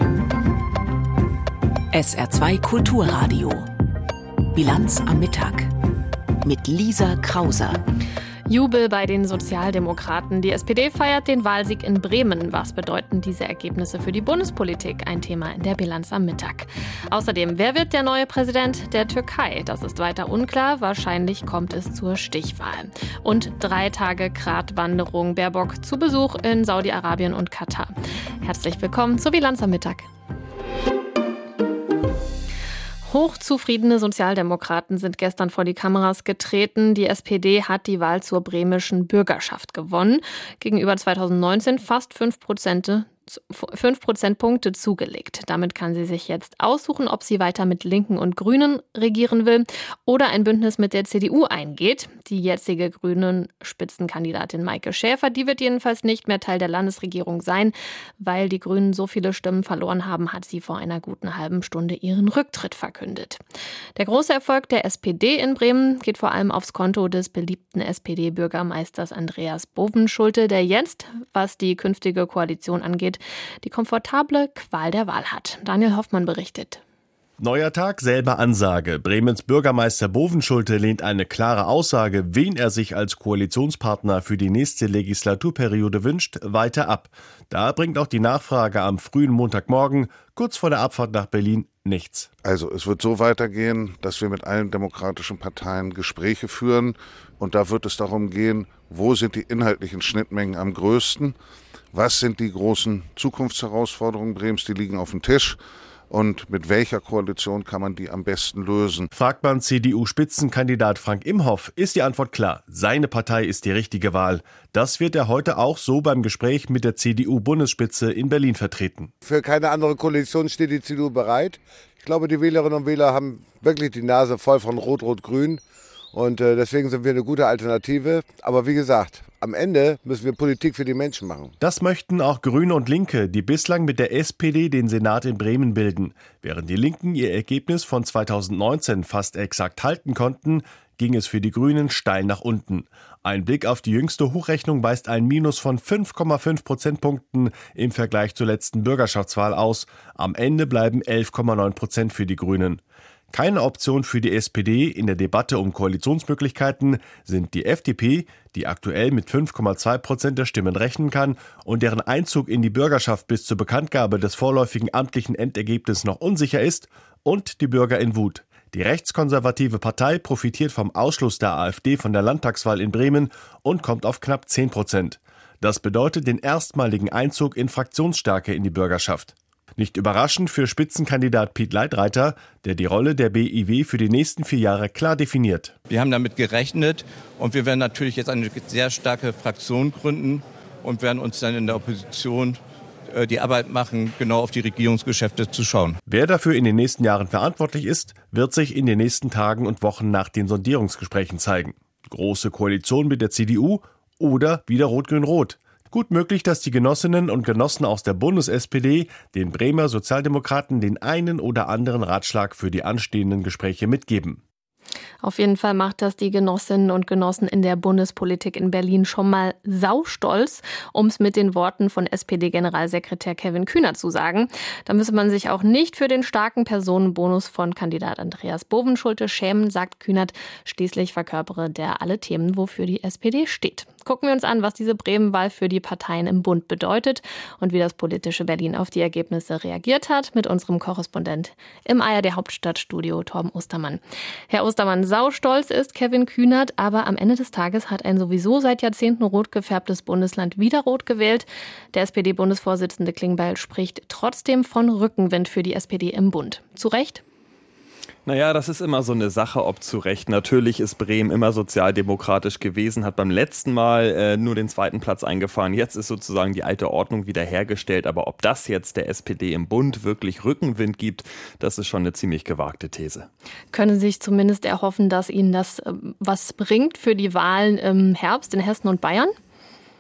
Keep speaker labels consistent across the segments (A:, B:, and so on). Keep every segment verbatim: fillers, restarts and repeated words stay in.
A: S R zwei Kulturradio. Bilanz am Mittag. Mit Lisa Krauser.
B: Jubel bei den Sozialdemokraten. Die S P D feiert den Wahlsieg in Bremen. Was bedeuten diese Ergebnisse für die Bundespolitik? Ein Thema in der Bilanz am Mittag. Außerdem, wer wird der neue Präsident der Türkei? Das ist weiter unklar. Wahrscheinlich kommt es zur Stichwahl. Und drei Tage Gratwanderung. Baerbock zu Besuch in Saudi-Arabien und Katar. Herzlich willkommen zur Bilanz am Mittag. Hochzufriedene Sozialdemokraten sind gestern vor die Kameras getreten. Die S P D hat die Wahl zur bremischen Bürgerschaft gewonnen. Gegenüber zweitausendneunzehn fast fünf Prozent fünf Prozentpunkte zugelegt. Damit kann sie sich jetzt aussuchen, ob sie weiter mit Linken und Grünen regieren will oder ein Bündnis mit der C D U eingeht. Die jetzige Grünen-Spitzenkandidatin Maike Schäfer, die wird jedenfalls nicht mehr Teil der Landesregierung sein. Weil die Grünen so viele Stimmen verloren haben, hat sie vor einer guten halben Stunde ihren Rücktritt verkündet. Der große Erfolg der S P D in Bremen geht vor allem aufs Konto des beliebten S P D-Bürgermeisters Andreas Bovenschulte, der jetzt, was die künftige Koalition angeht, die komfortable Qual der Wahl hat. Daniel Hoffmann berichtet.
C: Neuer Tag, selbe Ansage. Bremens Bürgermeister Bovenschulte lehnt eine klare Aussage, wen er sich als Koalitionspartner für die nächste Legislaturperiode wünscht, weiter ab. Da bringt auch die Nachfrage am frühen Montagmorgen, kurz vor der Abfahrt nach Berlin, nichts.
D: Also es wird so weitergehen, dass wir mit allen demokratischen Parteien Gespräche führen. Und da wird es darum gehen, wo sind die inhaltlichen Schnittmengen am größten? Was sind die großen Zukunftsherausforderungen Bremens? Die liegen auf dem Tisch. Und mit welcher Koalition kann man die am besten lösen?
C: Fragt man C D U-Spitzenkandidat Frank Imhoff, ist die Antwort klar. Seine Partei ist die richtige Wahl. Das wird er heute auch so beim Gespräch mit der C D U-Bundesspitze in Berlin vertreten.
E: Für keine andere Koalition steht die C D U bereit. Ich glaube, die Wählerinnen und Wähler haben wirklich die Nase voll von Rot-Rot-Grün. Und äh, deswegen sind wir eine gute Alternative. Aber wie gesagt, am Ende müssen wir Politik für die Menschen machen.
C: Das möchten auch Grüne und Linke, die bislang mit der S P D den Senat in Bremen bilden. Während die Linken ihr Ergebnis von zweitausendneunzehn fast exakt halten konnten, ging es für die Grünen steil nach unten. Ein Blick auf die jüngste Hochrechnung weist ein Minus von fünf Komma fünf Prozentpunkten im Vergleich zur letzten Bürgerschaftswahl aus. Am Ende bleiben elf Komma neun Prozent für die Grünen. Keine Option für die S P D in der Debatte um Koalitionsmöglichkeiten sind die F D P, die aktuell mit fünf Komma zwei Prozent der Stimmen rechnen kann und deren Einzug in die Bürgerschaft bis zur Bekanntgabe des vorläufigen amtlichen Endergebnisses noch unsicher ist, und die Bürger in Wut. Die rechtskonservative Partei profitiert vom Ausschluss der AfD von der Landtagswahl in Bremen und kommt auf knapp zehn Prozent. Das bedeutet den erstmaligen Einzug in Fraktionsstärke in die Bürgerschaft. Nicht überraschend für Spitzenkandidat Piet Leitreiter, der die Rolle der B I W für die nächsten vier Jahre klar definiert.
F: Wir haben damit gerechnet und wir werden natürlich jetzt eine sehr starke Fraktion gründen und werden uns dann in der Opposition äh, die Arbeit machen, genau auf die Regierungsgeschäfte zu schauen.
C: Wer dafür in den nächsten Jahren verantwortlich ist, wird sich in den nächsten Tagen und Wochen nach den Sondierungsgesprächen zeigen. Große Koalition mit der C D U oder wieder Rot-Grün-Rot. Gut möglich, dass die Genossinnen und Genossen aus der Bundes-S P D den Bremer Sozialdemokraten den einen oder anderen Ratschlag für die anstehenden Gespräche mitgeben.
B: Auf jeden Fall macht das die Genossinnen und Genossen in der Bundespolitik in Berlin schon mal saustolz, um es mit den Worten von S P D-Generalsekretär Kevin Kühnert zu sagen. Da müsse man sich auch nicht für den starken Personenbonus von Kandidat Andreas Bovenschulte schämen, sagt Kühnert. Schließlich verkörpere der alle Themen, wofür die S P D steht. Gucken wir uns an, was diese Bremen-Wahl für die Parteien im Bund bedeutet und wie das politische Berlin auf die Ergebnisse reagiert hat, mit unserem Korrespondent im A R D-Hauptstadtstudio Torben Ostermann. Herr Ostermann, saustolz ist Kevin Kühnert, aber am Ende des Tages hat ein sowieso seit Jahrzehnten rot gefärbtes Bundesland wieder rot gewählt. Der S P D-Bundesvorsitzende Klingbeil spricht trotzdem von Rückenwind für die S P D im Bund. Zu Recht?
G: Naja, das ist immer so eine Sache, ob zu Recht. Natürlich ist Bremen immer sozialdemokratisch gewesen, hat beim letzten Mal äh, nur den zweiten Platz eingefahren. Jetzt ist sozusagen die alte Ordnung wiederhergestellt. Aber ob das jetzt der S P D im Bund wirklich Rückenwind gibt, das ist schon eine ziemlich gewagte These.
B: Können Sie sich zumindest erhoffen, dass Ihnen das äh, was bringt für die Wahlen im Herbst in Hessen und Bayern?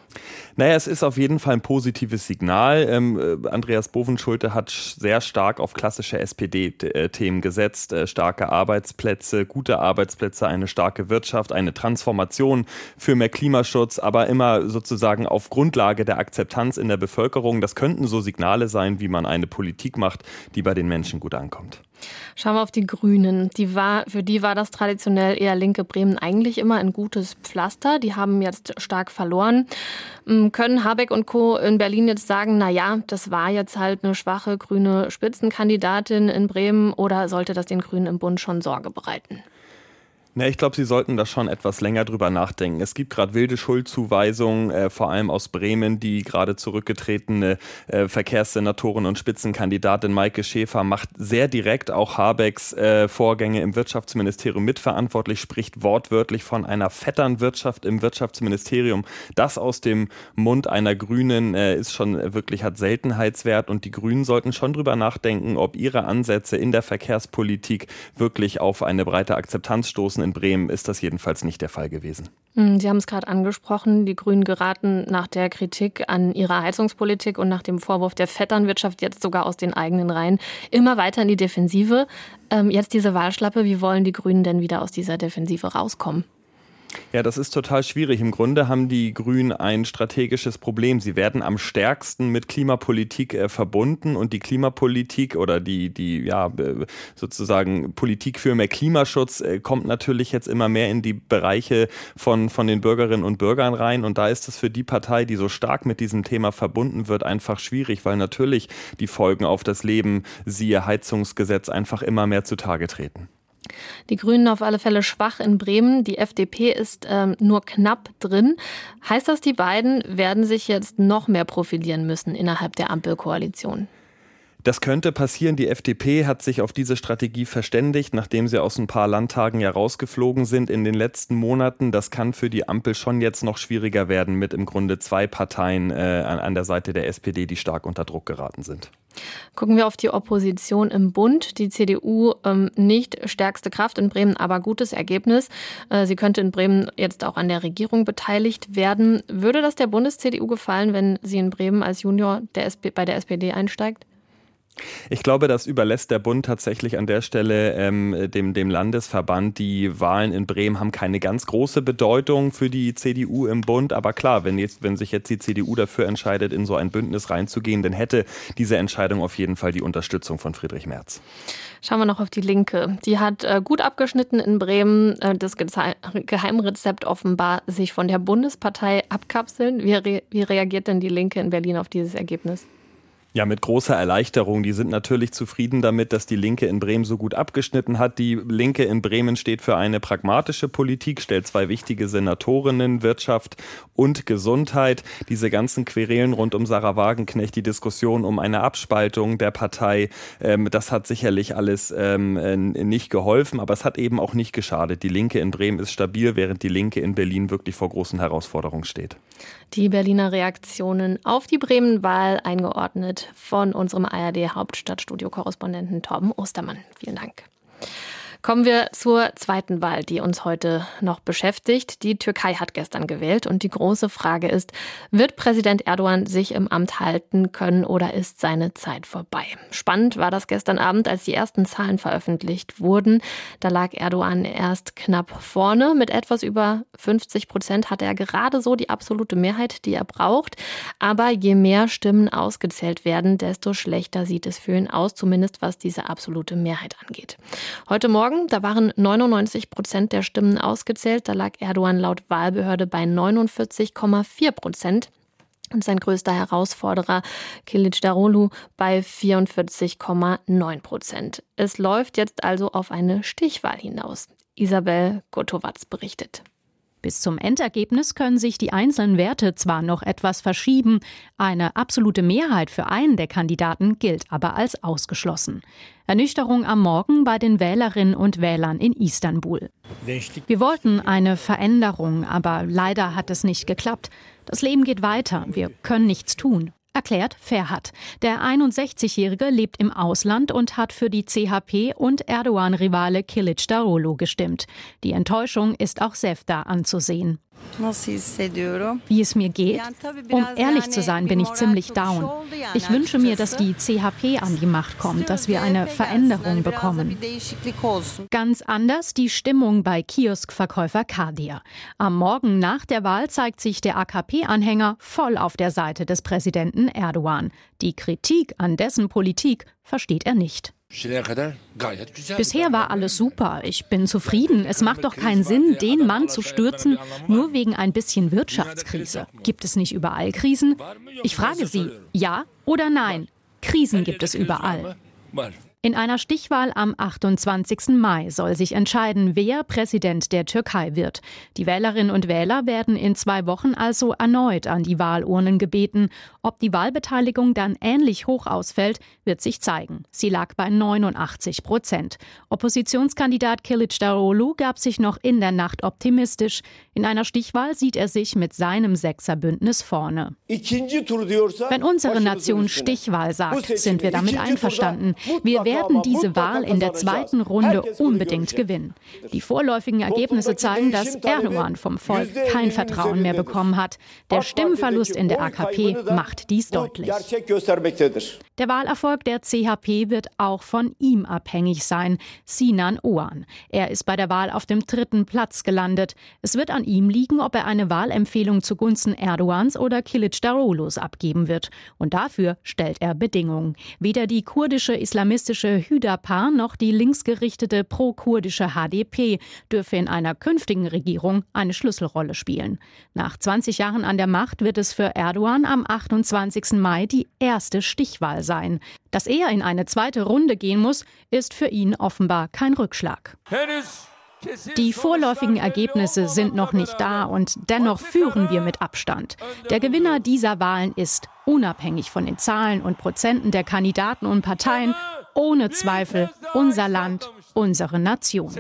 G: Naja, es ist auf jeden Fall ein positives Signal. Ähm, Andreas Bovenschulte hat sehr stark auf klassische S P D-Themen gesetzt. Äh, starke Arbeitsplätze, gute Arbeitsplätze, eine starke Wirtschaft, eine Transformation für mehr Klimaschutz, aber immer sozusagen auf Grundlage der Akzeptanz in der Bevölkerung. Das könnten so Signale sein, wie man eine Politik macht, die bei den Menschen gut ankommt.
B: Schauen wir auf die Grünen. Die war, für die war das traditionell eher linke Bremen eigentlich immer ein gutes Pflaster. Die haben jetzt stark verloren. Können Habeck und Co. in Berlin jetzt sagen, na ja, das war jetzt halt eine schwache grüne Spitzenkandidatin in Bremen, oder sollte das den Grünen im Bund schon Sorge bereiten?
G: Na, ich glaube, Sie sollten da schon etwas länger drüber nachdenken. Es gibt gerade wilde Schuldzuweisungen, äh, vor allem aus Bremen. Die gerade zurückgetretene äh, Verkehrssenatorin und Spitzenkandidatin Maike Schäfer macht sehr direkt auch Habecks äh, Vorgänge im Wirtschaftsministerium mitverantwortlich, spricht wortwörtlich von einer Vetternwirtschaft im Wirtschaftsministerium. Das aus dem Mund einer Grünen äh, ist schon wirklich, hat Seltenheitswert, und die Grünen sollten schon drüber nachdenken, ob ihre Ansätze in der Verkehrspolitik wirklich auf eine breite Akzeptanz stoßen. In Bremen ist das jedenfalls nicht der Fall gewesen.
B: Sie haben es gerade angesprochen, die Grünen geraten nach der Kritik an ihrer Heizungspolitik und nach dem Vorwurf der Vetternwirtschaft jetzt sogar aus den eigenen Reihen immer weiter in die Defensive. Ähm, jetzt diese Wahlschlappe, wie wollen die Grünen denn wieder aus dieser Defensive rauskommen?
G: Ja, das ist total schwierig. Im Grunde haben die Grünen ein strategisches Problem. Sie werden am stärksten mit Klimapolitik äh, verbunden, und die Klimapolitik oder die, die ja sozusagen Politik für mehr Klimaschutz äh, kommt natürlich jetzt immer mehr in die Bereiche von, von den Bürgerinnen und Bürgern rein. Und da ist es für die Partei, die so stark mit diesem Thema verbunden wird, einfach schwierig, weil natürlich die Folgen auf das Leben, siehe Heizungsgesetz, einfach immer mehr zutage treten.
B: Die Grünen auf alle Fälle schwach in Bremen. Die F D P ist ähm, nur knapp drin. Heißt das, die beiden werden sich jetzt noch mehr profilieren müssen innerhalb der Ampelkoalition?
G: Das könnte passieren. Die F D P hat sich auf diese Strategie verständigt, nachdem sie aus ein paar Landtagen ja rausgeflogen sind in den letzten Monaten. Das kann für die Ampel schon jetzt noch schwieriger werden, mit im Grunde zwei Parteien äh, an, an der Seite der S P D, die stark unter Druck geraten sind.
B: Gucken wir auf die Opposition im Bund. Die C D U ähm, nicht stärkste Kraft in Bremen, aber gutes Ergebnis. Äh, sie könnte in Bremen jetzt auch an der Regierung beteiligt werden. Würde das der Bundes-C D U gefallen, wenn sie in Bremen als Junior der S P- bei der S P D einsteigt?
G: Ich glaube, das überlässt der Bund tatsächlich an der Stelle ähm, dem, dem Landesverband. Die Wahlen in Bremen haben keine ganz große Bedeutung für die C D U im Bund. Aber klar, wenn, jetzt, wenn sich jetzt die C D U dafür entscheidet, in so ein Bündnis reinzugehen, dann hätte diese Entscheidung auf jeden Fall die Unterstützung von Friedrich Merz.
B: Schauen wir noch auf die Linke. Die hat äh, gut abgeschnitten in Bremen. Äh, das Geze- Geheimrezept offenbar sich von der Bundespartei abkapseln. Wie, re- wie reagiert denn die Linke in Berlin auf dieses Ergebnis?
G: Ja, mit großer Erleichterung. Die sind natürlich zufrieden damit, dass die Linke in Bremen so gut abgeschnitten hat. Die Linke in Bremen steht für eine pragmatische Politik, stellt zwei wichtige Senatorinnen, Wirtschaft und Gesundheit. Diese ganzen Querelen rund um Sarah Wagenknecht, die Diskussion um eine Abspaltung der Partei, ähm, das hat sicherlich alles ähm, nicht geholfen, aber es hat eben auch nicht geschadet. Die Linke in Bremen ist stabil, während die Linke in Berlin wirklich vor großen Herausforderungen steht.
B: Die Berliner Reaktionen auf die Bremen-Wahl eingeordnet von unserem A R D-Hauptstadtstudio-Korrespondenten Torben Ostermann. Vielen Dank. Kommen wir zur zweiten Wahl, die uns heute noch beschäftigt. Die Türkei hat gestern gewählt und die große Frage ist, wird Präsident Erdogan sich im Amt halten können oder ist seine Zeit vorbei? Spannend war das gestern Abend, als die ersten Zahlen veröffentlicht wurden. Da lag Erdogan erst knapp vorne. Mit etwas über fünfzig Prozent hatte er gerade so die absolute Mehrheit, die er braucht. Aber je mehr Stimmen ausgezählt werden, desto schlechter sieht es für ihn aus, zumindest was diese absolute Mehrheit angeht. Heute Morgen Da waren neunundneunzig Prozent der Stimmen ausgezählt. Da lag Erdogan laut Wahlbehörde bei neunundvierzig Komma vier Prozent. Und sein größter Herausforderer, Kılıçdaroğlu, bei vierundvierzig Komma neun Prozent. Es läuft jetzt also auf eine Stichwahl hinaus. Isabel Gotowatz berichtet.
H: Bis zum Endergebnis können sich die einzelnen Werte zwar noch etwas verschieben, eine absolute Mehrheit für einen der Kandidaten gilt aber als ausgeschlossen. Ernüchterung am Morgen bei den Wählerinnen und Wählern in Istanbul. Wir wollten eine Veränderung, aber leider hat es nicht geklappt. Das Leben geht weiter, wir können nichts tun. Erklärt Ferhat. Der einundsechzigjährige lebt im Ausland und hat für die C H P und Erdogan-Rivale Kılıçdaroğlu gestimmt. Die Enttäuschung ist auch Sefta anzusehen. Wie es mir geht? Um ehrlich zu sein, bin ich ziemlich down. Ich wünsche mir, dass die C H P an die Macht kommt, dass wir eine Veränderung bekommen. Ganz anders die Stimmung bei Kioskverkäufer Kadir. Am Morgen nach der Wahl zeigt sich der A K P-Anhänger voll auf der Seite des Präsidenten Erdogan. Die Kritik an dessen Politik versteht er nicht. Bisher war alles super. Ich bin zufrieden. Es macht doch keinen Sinn, den Mann zu stürzen, nur wegen ein bisschen Wirtschaftskrise. Gibt es nicht überall Krisen? Ich frage Sie, ja oder nein? Krisen gibt es überall. In einer Stichwahl am achtundzwanzigsten Mai soll sich entscheiden, wer Präsident der Türkei wird. Die Wählerinnen und Wähler werden in zwei Wochen also erneut an die Wahlurnen gebeten. Ob die Wahlbeteiligung dann ähnlich hoch ausfällt, wird sich zeigen. Sie lag bei neunundachtzig Prozent. Oppositionskandidat Kılıçdaroğlu gab sich noch in der Nacht optimistisch. In einer Stichwahl sieht er sich mit seinem Sechserbündnis vorne. Wenn unsere Nation Stichwahl sagt, sind wir damit einverstanden. Wir werden diese Wahl in der zweiten Runde unbedingt gewinnen. Die vorläufigen Ergebnisse zeigen, dass Erdogan vom Volk kein Vertrauen mehr bekommen hat. Der Stimmenverlust in der A K P macht dies deutlich. Der Wahlerfolg der C H P wird auch von ihm abhängig sein, Sinan Oğan. Er ist bei der Wahl auf dem dritten Platz gelandet. Es wird an ihm liegen, ob er eine Wahlempfehlung zugunsten Erdogans oder Kılıçdaroğlu's abgeben wird. Und dafür stellt er Bedingungen. Weder die kurdische islamistische Hüdapar noch die linksgerichtete pro-kurdische H D P dürfe in einer künftigen Regierung eine Schlüsselrolle spielen. Nach zwanzig Jahren an der Macht wird es für Erdogan am achtundzwanzigsten Mai die erste Stichwahl sein. Dass er in eine zweite Runde gehen muss, ist für ihn offenbar kein Rückschlag. Die vorläufigen Ergebnisse sind noch nicht da und dennoch führen wir mit Abstand. Der Gewinner dieser Wahlen ist, unabhängig von den Zahlen und Prozenten der Kandidaten und Parteien, ohne Zweifel unser Land, unsere Nation.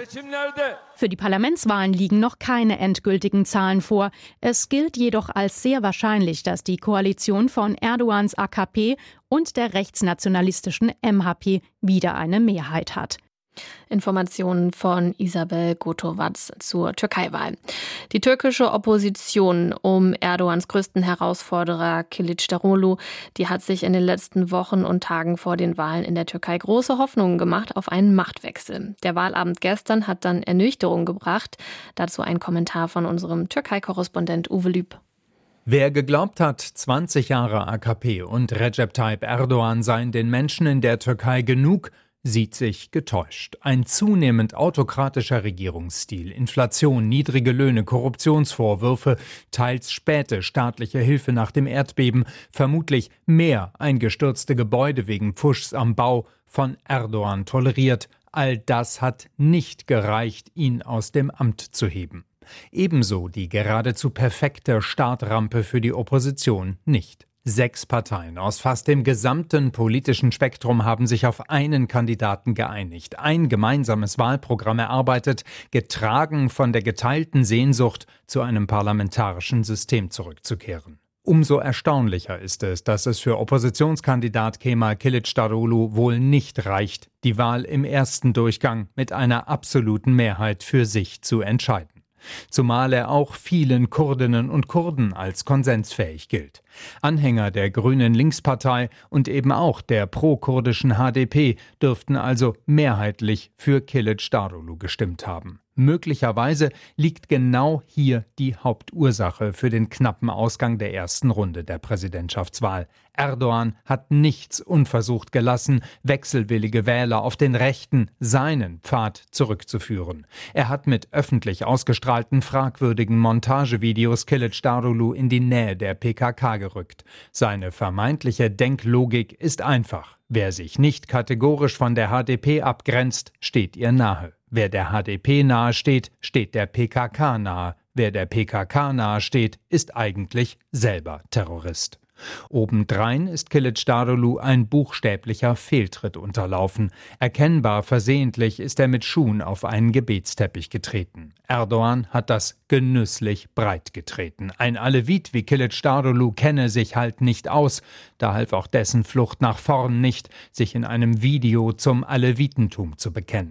H: Für die Parlamentswahlen liegen noch keine endgültigen Zahlen vor. Es gilt jedoch als sehr wahrscheinlich, dass die Koalition von Erdogans A K P und der rechtsnationalistischen M H P wieder eine Mehrheit hat.
B: Informationen von Isabel Gotovac zur Türkei-Wahl. Die türkische Opposition um Erdogans größten Herausforderer Kılıçdaroğlu, die hat sich in den letzten Wochen und Tagen vor den Wahlen in der Türkei große Hoffnungen gemacht auf einen Machtwechsel. Der Wahlabend gestern hat dann Ernüchterung gebracht. Dazu ein Kommentar von unserem Türkei-Korrespondent Uwe Lüb.
I: Wer geglaubt hat, zwanzig Jahre A K P und Recep Tayyip Erdogan seien den Menschen in der Türkei genug, sieht sich getäuscht. Ein zunehmend autokratischer Regierungsstil, Inflation, niedrige Löhne, Korruptionsvorwürfe, teils späte staatliche Hilfe nach dem Erdbeben, vermutlich mehr eingestürzte Gebäude wegen Pfuschs am Bau, von Erdogan toleriert. All das hat nicht gereicht, ihn aus dem Amt zu heben. Ebenso die geradezu perfekte Startrampe für die Opposition nicht. Sechs Parteien aus fast dem gesamten politischen Spektrum haben sich auf einen Kandidaten geeinigt, ein gemeinsames Wahlprogramm erarbeitet, getragen von der geteilten Sehnsucht, zu einem parlamentarischen System zurückzukehren. Umso erstaunlicher ist es, dass es für Oppositionskandidat Kemal Kılıçdaroğlu wohl nicht reicht, die Wahl im ersten Durchgang mit einer absoluten Mehrheit für sich zu entscheiden. Zumal er auch vielen Kurdinnen und Kurden als konsensfähig gilt. Anhänger der Grünen Linkspartei und eben auch der pro-kurdischen H D P dürften also mehrheitlich für Kılıçdaroğlu gestimmt haben. Möglicherweise liegt genau hier die Hauptursache für den knappen Ausgang der ersten Runde der Präsidentschaftswahl. Erdogan hat nichts unversucht gelassen, wechselwillige Wähler auf den rechten, seinen Pfad zurückzuführen. Er hat mit öffentlich ausgestrahlten fragwürdigen Montagevideos Kılıçdaroğlu in die Nähe der P K K gerückt. Seine vermeintliche Denklogik ist einfach. Wer sich nicht kategorisch von der H D P abgrenzt, steht ihr nahe. Wer der H D P nahe steht, steht der P K K nahe. Wer der P K K nahe steht, ist eigentlich selber Terrorist. Obendrein ist Kılıçdaroğlu ein buchstäblicher Fehltritt unterlaufen. Erkennbar versehentlich ist er mit Schuhen auf einen Gebetsteppich getreten. Erdogan hat das genüsslich breit getreten. Ein Alevit wie Kılıçdaroğlu kenne sich halt nicht aus. Da half auch dessen Flucht nach vorn nicht, sich in einem Video zum Alevitentum zu bekennen.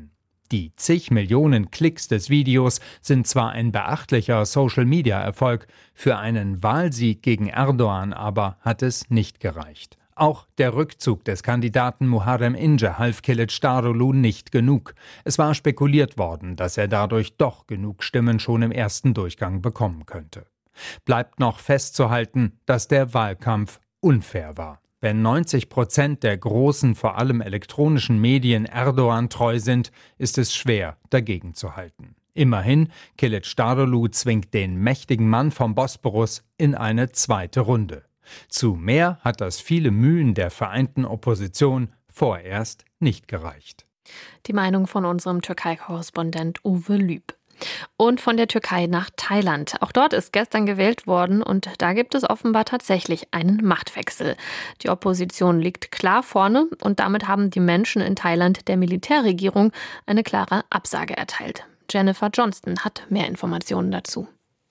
I: Die zig Millionen Klicks des Videos sind zwar ein beachtlicher Social-Media-Erfolg, für einen Wahlsieg gegen Erdogan aber hat es nicht gereicht. Auch der Rückzug des Kandidaten Muharrem İnce half Kılıçdaroğlu nicht genug. Es war spekuliert worden, dass er dadurch doch genug Stimmen schon im ersten Durchgang bekommen könnte. Bleibt noch festzuhalten, dass der Wahlkampf unfair war. Wenn neunzig Prozent der großen, vor allem elektronischen Medien Erdogan treu sind, ist es schwer, dagegen zu halten. Immerhin, Kılıçdaroğlu zwingt den mächtigen Mann vom Bosporus in eine zweite Runde. Zu mehr hat das viele Mühen der vereinten Opposition vorerst nicht gereicht.
B: Die Meinung von unserem Türkei-Korrespondent Uwe Lüb. Und von der Türkei nach Thailand. Auch dort ist gestern gewählt worden und da gibt es offenbar tatsächlich einen Machtwechsel. Die Opposition liegt klar vorne und damit haben die Menschen in Thailand der Militärregierung eine klare Absage erteilt. Jennifer Johnston hat mehr Informationen dazu.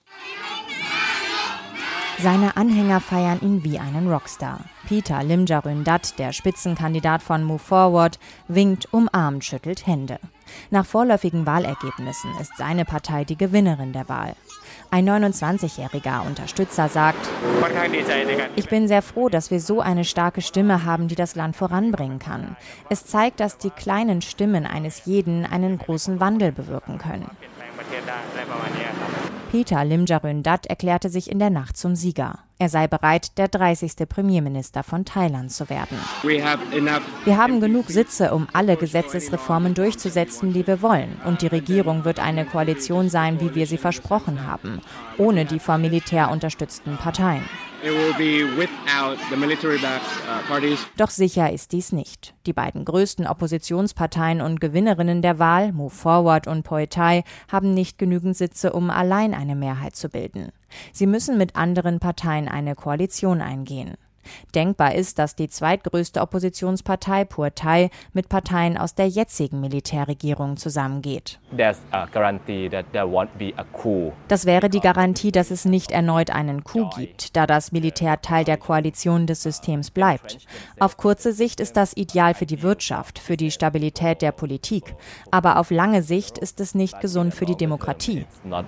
J: Seine Anhänger feiern ihn wie einen Rockstar. Peter Limjaroenrat, der Spitzenkandidat von Move Forward, winkt, umarmt, schüttelt Hände. Nach vorläufigen Wahlergebnissen ist seine Partei die Gewinnerin der Wahl. Ein neunundzwanzigjähriger Unterstützer sagt: Ich bin sehr froh, dass wir so eine starke Stimme haben, die das Land voranbringen kann. Es zeigt, dass die kleinen Stimmen eines jeden einen großen Wandel bewirken können. Peter Limjaroenrat erklärte sich in der Nacht zum Sieger. Er sei bereit, der dreißigste Premierminister von Thailand zu werden. Wir haben genug Sitze, um alle Gesetzesreformen durchzusetzen, die wir wollen. Und die Regierung wird eine Koalition sein, wie wir sie versprochen haben, ohne die vom Militär unterstützten Parteien. Doch sicher ist dies nicht. Die beiden größten Oppositionsparteien und Gewinnerinnen der Wahl, Move Forward und Pheu Thai, haben nicht genügend Sitze, um allein eine Mehrheit zu bilden. Sie müssen mit anderen Parteien eine Koalition eingehen. Denkbar ist, dass die zweitgrößte Oppositionspartei Pheu Thai mit Parteien aus der jetzigen Militärregierung zusammengeht. Das wäre die Garantie, dass es nicht erneut einen Coup gibt, da das Militär Teil der Koalition des Systems bleibt. Auf kurze Sicht ist das ideal für die Wirtschaft, für die Stabilität der Politik. Aber auf lange Sicht ist es nicht gesund für die Demokratie,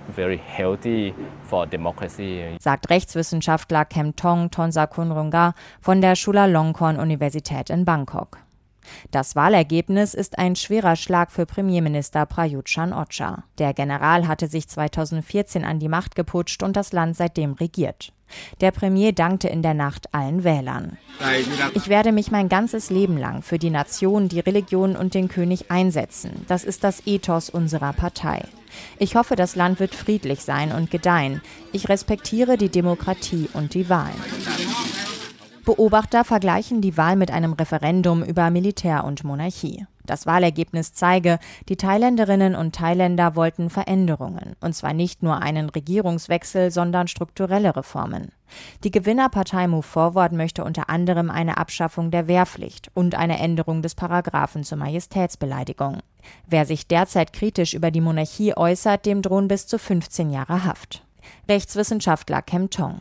J: sagt Rechtswissenschaftler Kemtong Thonsakunrungga von der Chulalongkorn-Universität in Bangkok. Das Wahlergebnis ist ein schwerer Schlag für Premierminister Prayut Chan-o-cha. Der General hatte sich zweitausendvierzehn an die Macht geputscht und das Land seitdem regiert. Der Premier dankte in der Nacht allen Wählern. Ich werde mich mein ganzes Leben lang für die Nation, die Religion und den König einsetzen. Das ist das Ethos unserer Partei. Ich hoffe, das Land wird friedlich sein und gedeihen. Ich respektiere die Demokratie und die Wahlen. Beobachter vergleichen die Wahl mit einem Referendum über Militär und Monarchie. Das Wahlergebnis zeige, die Thailänderinnen und Thailänder wollten Veränderungen, und zwar nicht nur einen Regierungswechsel, sondern strukturelle Reformen. Die Gewinnerpartei Move Forward möchte unter anderem eine Abschaffung der Wehrpflicht und eine Änderung des Paragraphen zur Majestätsbeleidigung. Wer sich derzeit kritisch über die Monarchie äußert, dem drohen bis zu fünfzehn Jahre Haft. Rechtswissenschaftler Kemtong: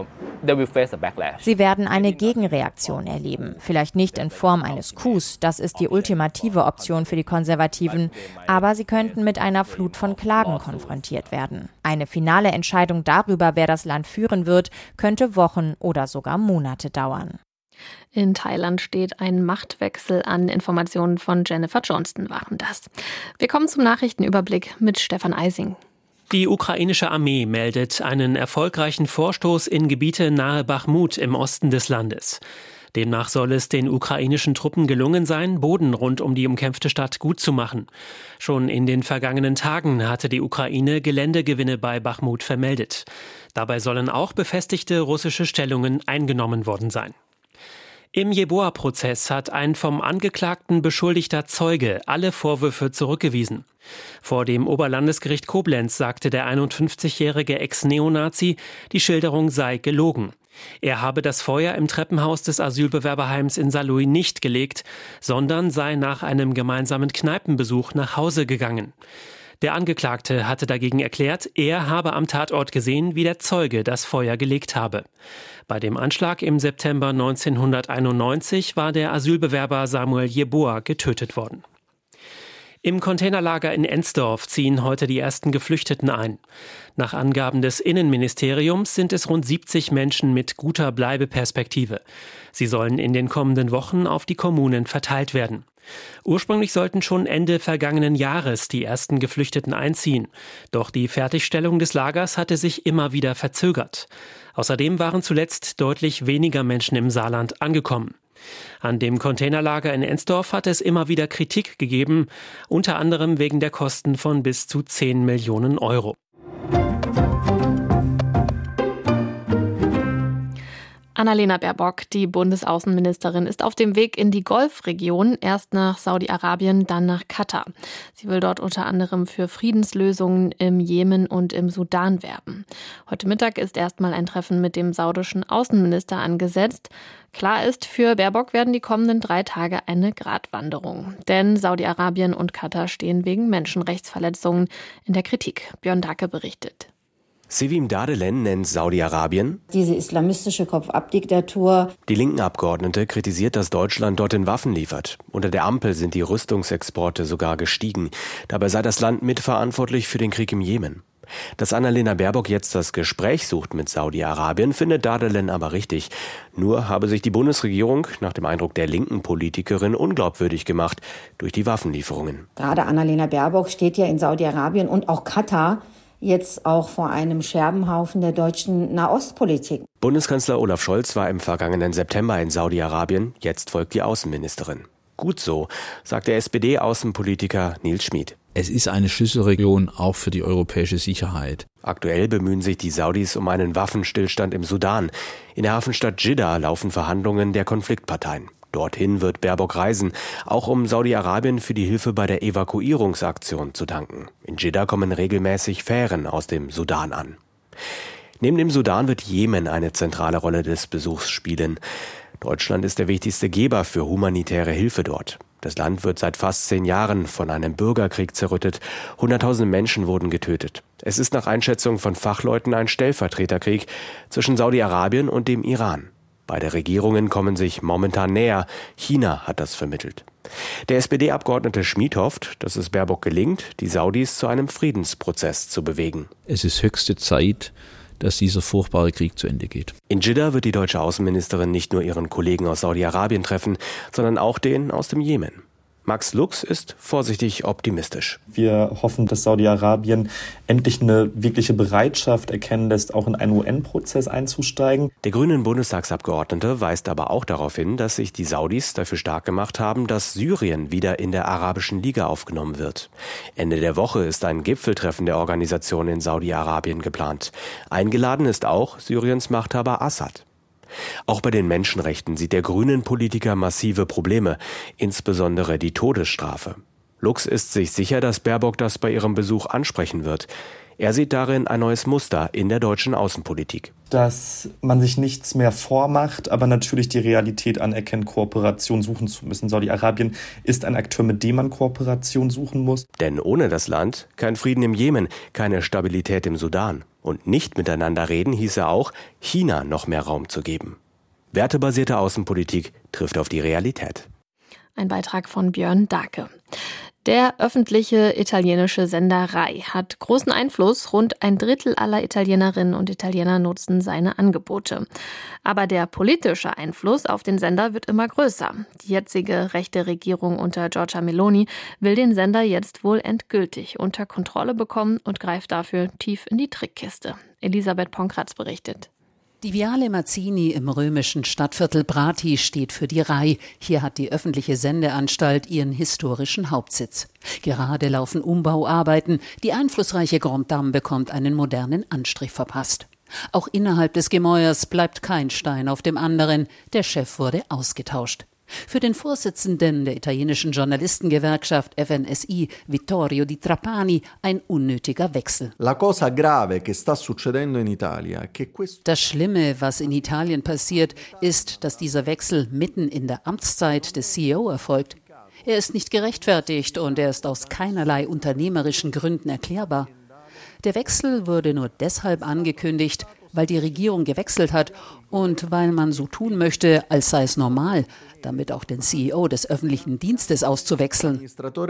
J: Sie werden eine Gegenreaktion erleben, vielleicht nicht in Form eines Coups, das ist die ultimative Option für die Konservativen, aber sie könnten mit einer Flut von Klagen konfrontiert werden. Eine finale Entscheidung darüber, wer das Land führen wird, könnte Wochen oder sogar Monate dauern.
B: In Thailand steht ein Machtwechsel an. Informationen von Jennifer Johnston waren das. Wir kommen zum Nachrichtenüberblick mit Stefan Eising.
K: Die ukrainische Armee meldet einen erfolgreichen Vorstoß in Gebiete nahe Bachmut im Osten des Landes. Demnach soll es den ukrainischen Truppen gelungen sein, Boden rund um die umkämpfte Stadt gut zu machen. Schon in den vergangenen Tagen hatte die Ukraine Geländegewinne bei Bachmut vermeldet. Dabei sollen auch befestigte russische Stellungen eingenommen worden sein. Im Jeboa-Prozess hat ein vom Angeklagten beschuldigter Zeuge alle Vorwürfe zurückgewiesen. Vor dem Oberlandesgericht Koblenz sagte der einundfünfzigjährige Ex-Neonazi, die Schilderung sei gelogen. Er habe das Feuer im Treppenhaus des Asylbewerberheims in Saarlouis nicht gelegt, sondern sei nach einem gemeinsamen Kneipenbesuch nach Hause gegangen. Der Angeklagte hatte dagegen erklärt, er habe am Tatort gesehen, wie der Zeuge das Feuer gelegt habe. Bei dem Anschlag im September neunzehnhunderteinundneunzig war der Asylbewerber Samuel Jeboa getötet worden. Im Containerlager in Ensdorf ziehen heute die ersten Geflüchteten ein. Nach Angaben des Innenministeriums sind es rund siebzig Menschen mit guter Bleibeperspektive. Sie sollen in den kommenden Wochen auf die Kommunen verteilt werden. Ursprünglich sollten schon Ende vergangenen Jahres die ersten Geflüchteten einziehen. Doch die Fertigstellung des Lagers hatte sich immer wieder verzögert. Außerdem waren zuletzt deutlich weniger Menschen im Saarland angekommen. An dem Containerlager in Ensdorf hat es immer wieder Kritik gegeben, unter anderem wegen der Kosten von bis zu zehn Millionen Euro.
B: Annalena Baerbock, die Bundesaußenministerin, ist auf dem Weg in die Golfregion, erst nach Saudi-Arabien, dann nach Katar. Sie will dort unter anderem für Friedenslösungen im Jemen und im Sudan werben. Heute Mittag ist erstmal ein Treffen mit dem saudischen Außenminister angesetzt. Klar ist, für Baerbock werden die kommenden drei Tage eine Gratwanderung. Denn Saudi-Arabien und Katar stehen wegen Menschenrechtsverletzungen in der Kritik. Björn Dacke berichtet.
L: Sevim Dadelen nennt Saudi-Arabien
M: diese islamistische Kopf-ab-Diktatur.
L: Die linken Abgeordnete kritisiert, dass Deutschland dorthin Waffen liefert. Unter der Ampel sind die Rüstungsexporte sogar gestiegen. Dabei sei das Land mitverantwortlich für den Krieg im Jemen. Dass Annalena Baerbock jetzt das Gespräch sucht mit Saudi-Arabien, findet Dadelen aber richtig. Nur habe sich die Bundesregierung nach dem Eindruck der linken Politikerin unglaubwürdig gemacht durch die Waffenlieferungen.
M: Gerade Annalena Baerbock steht ja in Saudi-Arabien und auch Katar jetzt auch vor einem Scherbenhaufen der deutschen Nahostpolitik.
L: Bundeskanzler Olaf Scholz war im vergangenen September in Saudi-Arabien. Jetzt folgt die Außenministerin. Gut so, sagt der S P D-Außenpolitiker Nils Schmid.
N: Es ist eine Schlüsselregion auch für die europäische Sicherheit.
L: Aktuell bemühen sich die Saudis um einen Waffenstillstand im Sudan. In der Hafenstadt Dschidda laufen Verhandlungen der Konfliktparteien. Dorthin wird Baerbock reisen, auch um Saudi-Arabien für die Hilfe bei der Evakuierungsaktion zu danken. In Dschidda kommen regelmäßig Fähren aus dem Sudan an. Neben dem Sudan wird Jemen eine zentrale Rolle des Besuchs spielen. Deutschland ist der wichtigste Geber für humanitäre Hilfe dort. Das Land wird seit fast zehn Jahren von einem Bürgerkrieg zerrüttet. Hunderttausende Menschen wurden getötet. Es ist nach Einschätzung von Fachleuten ein Stellvertreterkrieg zwischen Saudi-Arabien und dem Iran. Beide Regierungen kommen sich momentan näher. China hat das vermittelt. Der S P D-Abgeordnete Schmid hofft, dass es Baerbock gelingt, die Saudis zu einem Friedensprozess zu bewegen.
N: Es ist höchste Zeit, dass dieser furchtbare Krieg zu Ende geht.
L: In Dschidda wird die deutsche Außenministerin nicht nur ihren Kollegen aus Saudi-Arabien treffen, sondern auch den aus dem Jemen. Max Lux ist vorsichtig optimistisch.
O: Wir hoffen, dass Saudi-Arabien endlich eine wirkliche Bereitschaft erkennen lässt, auch in einen U N-Prozess einzusteigen.
L: Der grünen Bundestagsabgeordnete weist aber auch darauf hin, dass sich die Saudis dafür stark gemacht haben, dass Syrien wieder in der Arabischen Liga aufgenommen wird. Ende der Woche ist ein Gipfeltreffen der Organisation in Saudi-Arabien geplant. Eingeladen ist auch Syriens Machthaber Assad. Auch bei den Menschenrechten sieht der grünen Politiker massive Probleme, insbesondere die Todesstrafe. Lux ist sich sicher, dass Baerbock das bei ihrem Besuch ansprechen wird. Er sieht darin ein neues Muster in der deutschen Außenpolitik.
O: Dass man sich nichts mehr vormacht, aber natürlich die Realität anerkennt, Kooperation suchen zu müssen. Saudi-Arabien ist ein Akteur, mit dem man Kooperation suchen muss.
L: Denn ohne das Land kein Frieden im Jemen, keine Stabilität im Sudan. Und nicht miteinander reden hieße auch, China noch mehr Raum zu geben. Wertebasierte Außenpolitik trifft auf die Realität.
B: Ein Beitrag von Björn Dacke. Der öffentliche italienische Sender Rai hat großen Einfluss. Rund ein Drittel aller Italienerinnen und Italiener nutzen seine Angebote. Aber der politische Einfluss auf den Sender wird immer größer. Die jetzige rechte Regierung unter Giorgia Meloni will den Sender jetzt wohl endgültig unter Kontrolle bekommen und greift dafür tief in die Trickkiste. Elisabeth Ponkratz berichtet.
P: Die Viale Mazzini im römischen Stadtviertel Prati steht für die Rai. Hier hat die öffentliche Sendeanstalt ihren historischen Hauptsitz. Gerade laufen Umbauarbeiten. Die einflussreiche Grand Dame bekommt einen modernen Anstrich verpasst. Auch innerhalb des Gemäuers bleibt kein Stein auf dem anderen. Der Chef wurde ausgetauscht. Für den Vorsitzenden der italienischen Journalistengewerkschaft F N S I, Vittorio Di Trapani, ein unnötiger Wechsel. Das Schlimme, was in Italien passiert, ist, dass dieser Wechsel mitten in der Amtszeit des C E O erfolgt. Er ist nicht gerechtfertigt und er ist aus keinerlei unternehmerischen Gründen erklärbar. Der Wechsel wurde nur deshalb angekündigt, weil die Regierung gewechselt hat und weil man so tun möchte, als sei es normal, damit auch den C E O des öffentlichen Dienstes auszuwechseln.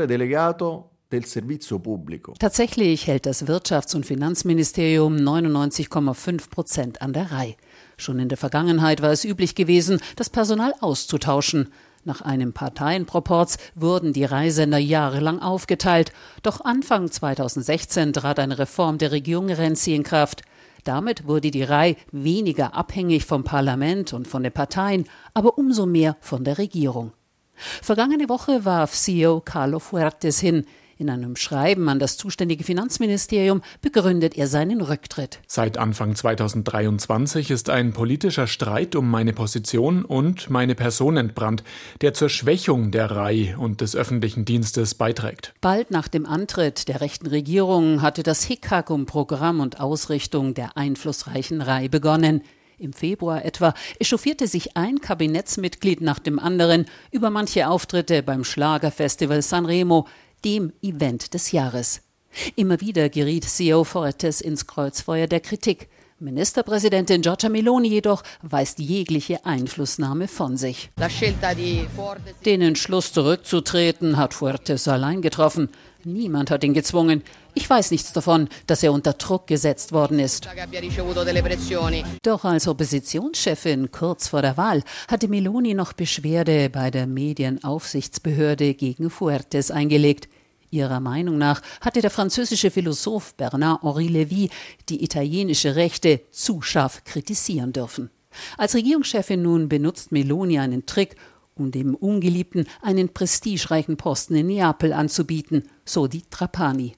P: Tatsächlich hält das Wirtschafts- und Finanzministerium neunundneunzig Komma fünf Prozent an der Reihe. Schon in der Vergangenheit war es üblich gewesen, das Personal auszutauschen. Nach einem Parteienproporz wurden die Reihsender jahrelang aufgeteilt. Doch Anfang zweitausendsechzehn trat eine Reform der Regierung Renzi in Kraft. Damit wurde die Reihe weniger abhängig vom Parlament und von den Parteien, aber umso mehr von der Regierung. Vergangene Woche warf C E O Carlo Fuertes hin. In einem Schreiben an das zuständige Finanzministerium begründet er seinen Rücktritt.
Q: Seit Anfang zweitausenddreiundzwanzig ist ein politischer Streit um meine Position und meine Person entbrannt, der zur Schwächung der R A I und des öffentlichen Dienstes beiträgt.
P: Bald nach dem Antritt der rechten Regierung hatte das Hickhack um Programm und Ausrichtung der einflussreichen R A I begonnen. Im Februar etwa echauffierte sich ein Kabinettsmitglied nach dem anderen über manche Auftritte beim Schlagerfestival Sanremo, dem Event des Jahres. Immer wieder geriet C E O Fuertes ins Kreuzfeuer der Kritik. Ministerpräsidentin Giorgia Meloni jedoch weist jegliche Einflussnahme von sich. Den Entschluss zurückzutreten hat Fuertes allein getroffen. Niemand hat ihn gezwungen. Ich weiß nichts davon, dass er unter Druck gesetzt worden ist. Doch als Oppositionschefin kurz vor der Wahl hatte Meloni noch Beschwerde bei der Medienaufsichtsbehörde gegen Fuertes eingelegt. Ihrer Meinung nach hatte der französische Philosoph Bernard-Henri Lévy die italienische Rechte zu scharf kritisieren dürfen. Als Regierungschefin nun benutzt Meloni einen Trick, um dem Ungeliebten einen prestigereichen Posten in Neapel anzubieten, so die Trapani.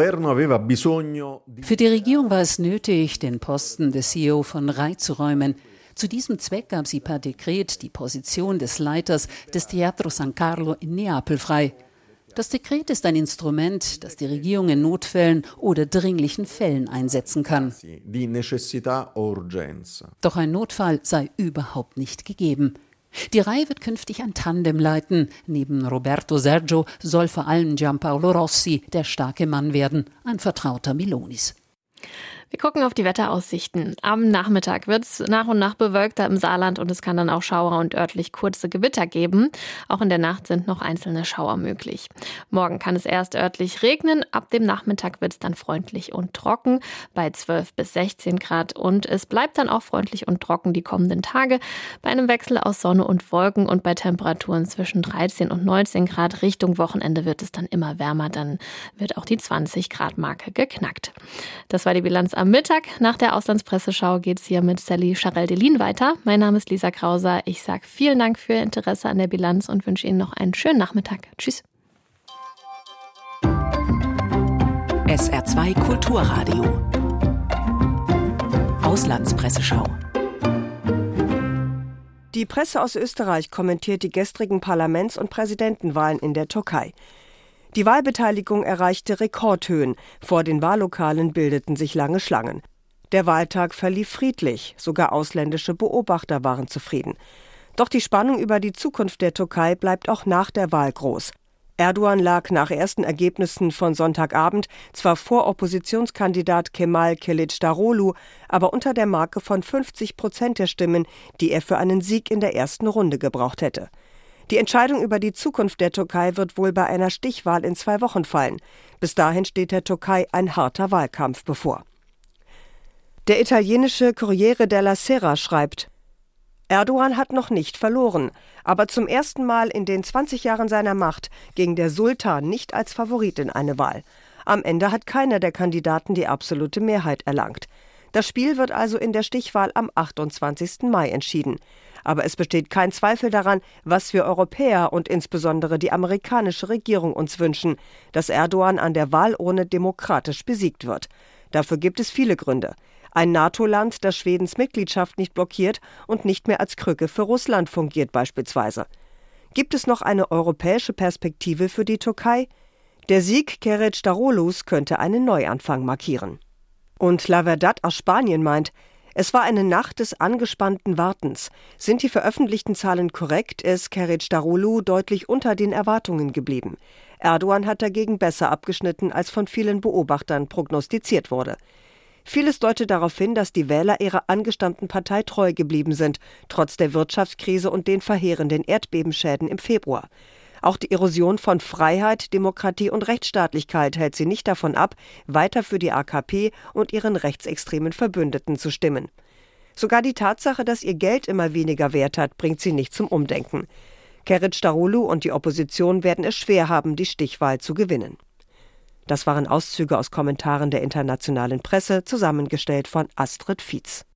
P: Für die Regierung war es nötig, den Posten des C E O von R A I zu räumen. Zu diesem Zweck gab sie per Dekret die Position des Leiters des Teatro San Carlo in Neapel frei. Das Dekret ist ein Instrument, das die Regierung in Notfällen oder dringlichen Fällen einsetzen kann. Doch ein Notfall sei überhaupt nicht gegeben. Die Reihe wird künftig ein Tandem leiten. Neben Roberto Sergio soll vor allem Gianpaolo Rossi der starke Mann werden, ein Vertrauter Melonis.
B: Wir gucken auf die Wetteraussichten. Am Nachmittag wird es nach und nach bewölkter im Saarland und es kann dann auch Schauer und örtlich kurze Gewitter geben. Auch in der Nacht sind noch einzelne Schauer möglich. Morgen kann es erst örtlich regnen. Ab dem Nachmittag wird es dann freundlich und trocken bei zwölf bis sechzehn Grad. Und es bleibt dann auch freundlich und trocken die kommenden Tage bei einem Wechsel aus Sonne und Wolken und bei Temperaturen zwischen dreizehn und neunzehn Grad. Richtung Wochenende wird es dann immer wärmer. Dann wird auch die zwanzig Grad Marke geknackt. Das war die Bilanz am Mittag. Nach der Auslandspresseschau geht es hier mit Sally Charel-Delin weiter. Mein Name ist Lisa Krauser. Ich sage vielen Dank für Ihr Interesse an der Bilanz und wünsche Ihnen noch einen schönen Nachmittag. Tschüss.
A: S R zwei Kulturradio. Auslandspresseschau.
R: Die Presse aus Österreich kommentiert die gestrigen Parlaments- und Präsidentenwahlen in der Türkei. Die Wahlbeteiligung erreichte Rekordhöhen. Vor den Wahllokalen bildeten sich lange Schlangen. Der Wahltag verlief friedlich. Sogar ausländische Beobachter waren zufrieden. Doch die Spannung über die Zukunft der Türkei bleibt auch nach der Wahl groß. Erdogan lag nach ersten Ergebnissen von Sonntagabend zwar vor Oppositionskandidat Kemal Kılıçdaroğlu, aber unter der Marke von fünfzig Prozent der Stimmen, die er für einen Sieg in der ersten Runde gebraucht hätte. Die Entscheidung über die Zukunft der Türkei wird wohl bei einer Stichwahl in zwei Wochen fallen. Bis dahin steht der Türkei ein harter Wahlkampf bevor. Der italienische Corriere della Sera schreibt: Erdogan hat noch nicht verloren, aber zum ersten Mal in den zwanzig Jahren seiner Macht ging der Sultan nicht als Favorit in eine Wahl. Am Ende hat keiner der Kandidaten die absolute Mehrheit erlangt. Das Spiel wird also in der Stichwahl am achtundzwanzigsten Mai entschieden. Aber es besteht kein Zweifel daran, was wir Europäer und insbesondere die amerikanische Regierung uns wünschen, dass Erdogan an der Wahlurne demokratisch besiegt wird. Dafür gibt es viele Gründe. Ein NATO-Land, das Schwedens Mitgliedschaft nicht blockiert und nicht mehr als Krücke für Russland fungiert beispielsweise. Gibt es noch eine europäische Perspektive für die Türkei? Der Sieg Kılıçdaroğlu's könnte einen Neuanfang markieren. Und La Verdad aus Spanien meint, es war eine Nacht des angespannten Wartens. Sind die veröffentlichten Zahlen korrekt, ist Kılıçdaroğlu deutlich unter den Erwartungen geblieben. Erdogan hat dagegen besser abgeschnitten, als von vielen Beobachtern prognostiziert wurde. Vieles deutet darauf hin, dass die Wähler ihrer angestammten Partei treu geblieben sind, trotz der Wirtschaftskrise und den verheerenden Erdbebenschäden im Februar. Auch die Erosion von Freiheit, Demokratie und Rechtsstaatlichkeit hält sie nicht davon ab, weiter für die A K P und ihren rechtsextremen Verbündeten zu stimmen. Sogar die Tatsache, dass ihr Geld immer weniger Wert hat, bringt sie nicht zum Umdenken. Kılıçdaroğlu und die Opposition werden es schwer haben, die Stichwahl zu gewinnen. Das waren Auszüge aus Kommentaren der internationalen Presse, zusammengestellt von Astrid Fietz.